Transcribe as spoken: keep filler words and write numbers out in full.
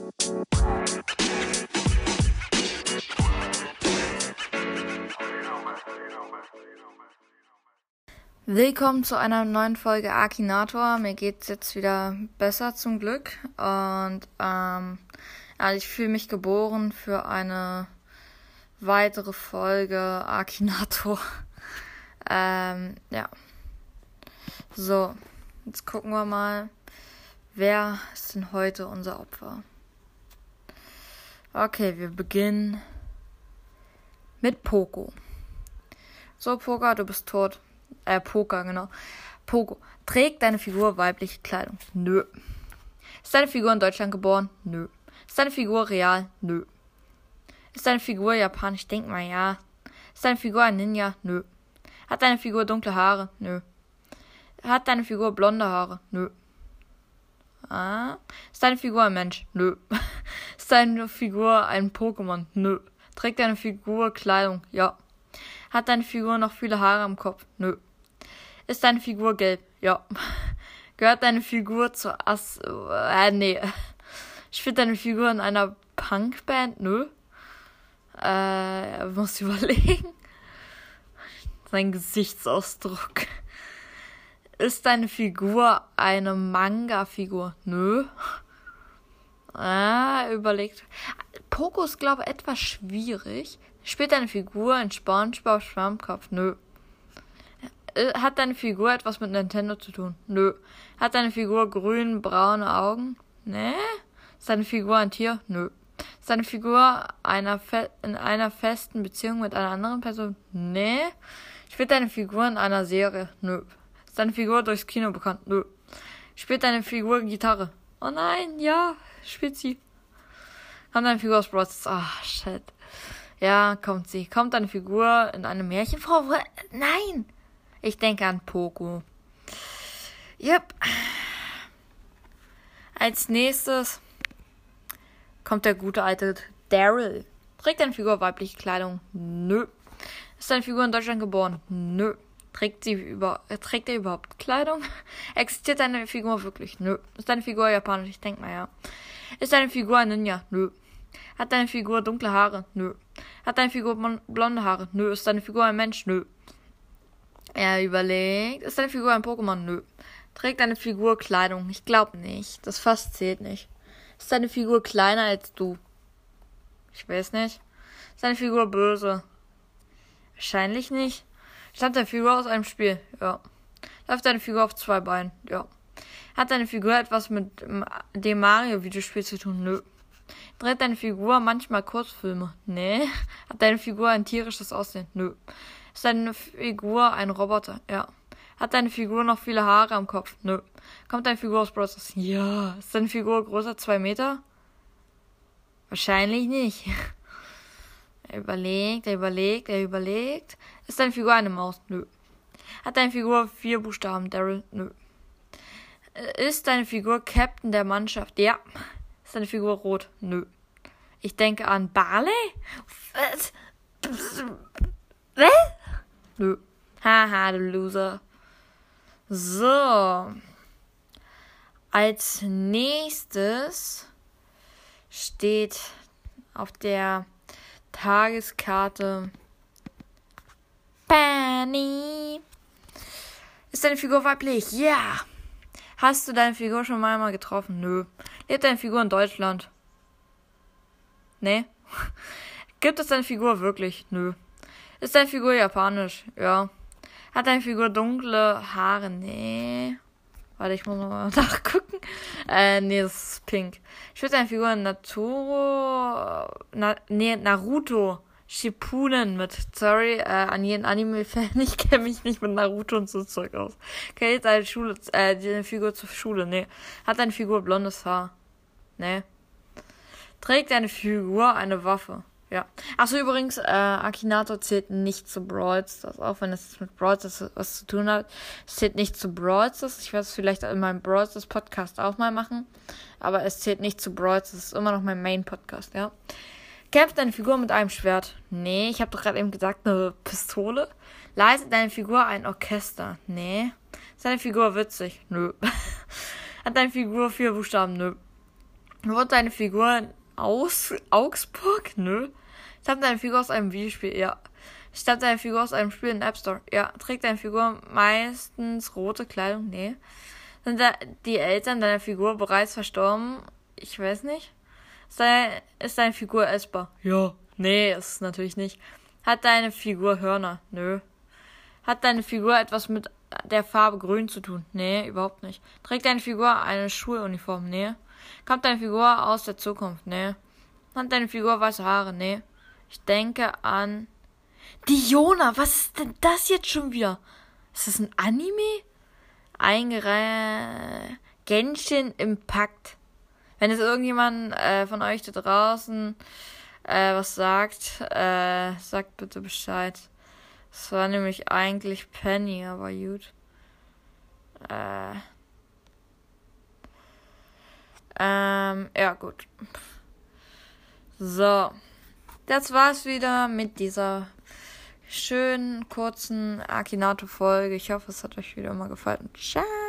Willkommen zu einer neuen Folge Akinator. Mir geht's jetzt wieder besser zum Glück und ähm, also ich fühle mich geboren für eine weitere Folge Akinator. ähm, ja. So, jetzt gucken wir mal, wer ist denn heute unser Opfer? Okay, wir beginnen mit Poco. So, Poker, du bist tot. Äh, Poker, genau. Poco. Trägt deine Figur weibliche Kleidung? Nö. Ist deine Figur in Deutschland geboren? Nö. Ist deine Figur real? Nö. Ist deine Figur japanisch? Denk mal, ja. Ist deine Figur ein Ninja? Nö. Hat deine Figur dunkle Haare? Nö. Hat deine Figur blonde Haare? Nö. Ah. Ist deine Figur ein Mensch? Nö. Ist deine Figur ein Pokémon? Nö. Trägt deine Figur Kleidung? Ja. Hat deine Figur noch viele Haare am Kopf? Nö. Ist deine Figur gelb? Ja. Gehört deine Figur zur Ass... Äh, nee. Spielt deine Figur in einer Punkband? Nö. Äh, muss überlegen. Sein Gesichtsausdruck. Ist deine Figur eine Manga-Figur? Nö. Ah, überlegt. Poco ist, glaube ich, etwas schwierig. Spielt deine Figur in SpongeBob Schwammkopf? Nö. Hat deine Figur etwas mit Nintendo zu tun? Nö. Hat deine Figur grün-braune Augen? Nee. Ist deine Figur ein Tier? Nö. Ist deine Figur einer Fe- in einer festen Beziehung mit einer anderen Person? Nee. Spielt deine Figur in einer Serie? Nö. Ist deine Figur durchs Kino bekannt? Nö. Spielt deine Figur Gitarre? Oh nein, ja, spielt sie. Kommt deine Figur aus Brawl Stars? Ah, shit. Ja, kommt sie. Kommt deine Figur in eine Märchenfrau? Nein! Ich denke an Poco. Yep. Als nächstes kommt der gute alte Daryl. Trägt deine Figur weibliche Kleidung? Nö. Ist deine Figur in Deutschland geboren? Nö. Trägt sie über, äh, trägt er überhaupt Kleidung? Existiert deine Figur wirklich? Nö. Ist deine Figur japanisch? Ich denke mal ja. Ist deine Figur ein Ninja? Nö. Hat deine Figur dunkle Haare? Nö. Hat deine Figur blonde Haare? Nö. Ist deine Figur ein Mensch? Nö. Er überlegt. Ist deine Figur ein Pokémon? Nö. Trägt deine Figur Kleidung? Ich glaube nicht. Das Fass zählt nicht. Ist deine Figur kleiner als du? Ich weiß nicht. Ist deine Figur böse? Wahrscheinlich nicht. Stammt deine Figur aus einem Spiel? Ja. Läuft deine Figur auf zwei Beinen? Ja. Hat deine Figur etwas mit dem Mario-Videospiel zu tun? Nö. Dreht deine Figur manchmal Kurzfilme? Nee. Hat deine Figur ein tierisches Aussehen? Nö. Ist deine Figur ein Roboter? Ja. Hat deine Figur noch viele Haare am Kopf? Nö. Kommt deine Figur aus Brawl Stars? Ja. Ist deine Figur größer als zwei Meter? Wahrscheinlich nicht. Er überlegt, er überlegt, er überlegt. Ist deine Figur eine Maus? Nö. Hat deine Figur vier Buchstaben? Daryl? Nö. Ist deine Figur Captain der Mannschaft? Ja. Ist deine Figur rot? Nö. Ich denke an Barley? Was? Was? Nö. Haha, du Loser. So. Als nächstes steht auf der Tageskarte Penny. Ist deine Figur weiblich? Ja. Hast du deine Figur schon mal einmal getroffen? Nö. Lebt deine Figur in Deutschland? Nee. Gibt es deine Figur wirklich? Nö. Ist deine Figur japanisch? Ja. Hat deine Figur dunkle Haare? Nee. Warte, ich muss mal nachgucken. Äh, nee, das ist pink. Ich würde deine Figur in Naturo... Na, nee, Naruto Shippuden mit. Sorry, äh, an jeden Anime-Fan. Ich kenne mich nicht mit Naruto und so Zeug aus. Okay, deine Schule, äh, deine Figur zur Schule? Nee. Hat deine Figur blondes Haar? Nee. Trägt deine Figur eine Waffe? Ja. Achso, übrigens, äh, Akinator zählt nicht zu Brawl Stars, auch wenn es mit Brawl Stars was zu tun hat. Es zählt nicht zu Brawl Stars. Ich werde es vielleicht in meinem Brawl Stars Podcast auch mal machen. Aber es zählt nicht zu Brawl Stars. Es ist immer noch mein Main Podcast, ja. Kämpft deine Figur mit einem Schwert? Nee, ich habe doch gerade eben gesagt, eine Pistole. Leitet deine Figur ein Orchester? Nee. Ist deine Figur witzig? Nö. Hat deine Figur vier Buchstaben? Nö. Wurde deine Figur aus Augsburg? Nö. Stammt deine Figur aus einem Videospiel? Ja. Stammt deine Figur aus einem Spiel in App Store? Ja. Trägt deine Figur meistens rote Kleidung? Nee. Sind da die Eltern deiner Figur bereits verstorben? Ich weiß nicht. Ist deine, ist deine Figur essbar? Ja. Nee, ist es natürlich nicht. Hat deine Figur Hörner? Nö. Hat deine Figur etwas mit der Farbe grün zu tun? Nee, überhaupt nicht. Trägt deine Figur eine Schuluniform? Nee. Kommt deine Figur aus der Zukunft? Nee. Hat deine Figur weiße Haare? Nee. Ich denke an Diona. Was ist denn das jetzt schon wieder? Ist das ein Anime? Eingereiht. Genshin Impact. Wenn es irgendjemand äh, von euch da draußen äh, was sagt, äh, sagt bitte Bescheid. Das war nämlich eigentlich Penny, aber gut. Äh. Ähm, ja, gut. So. Das war's wieder mit dieser schönen, kurzen Akinato-Folge. Ich hoffe, es hat euch wieder mal gefallen. Ciao.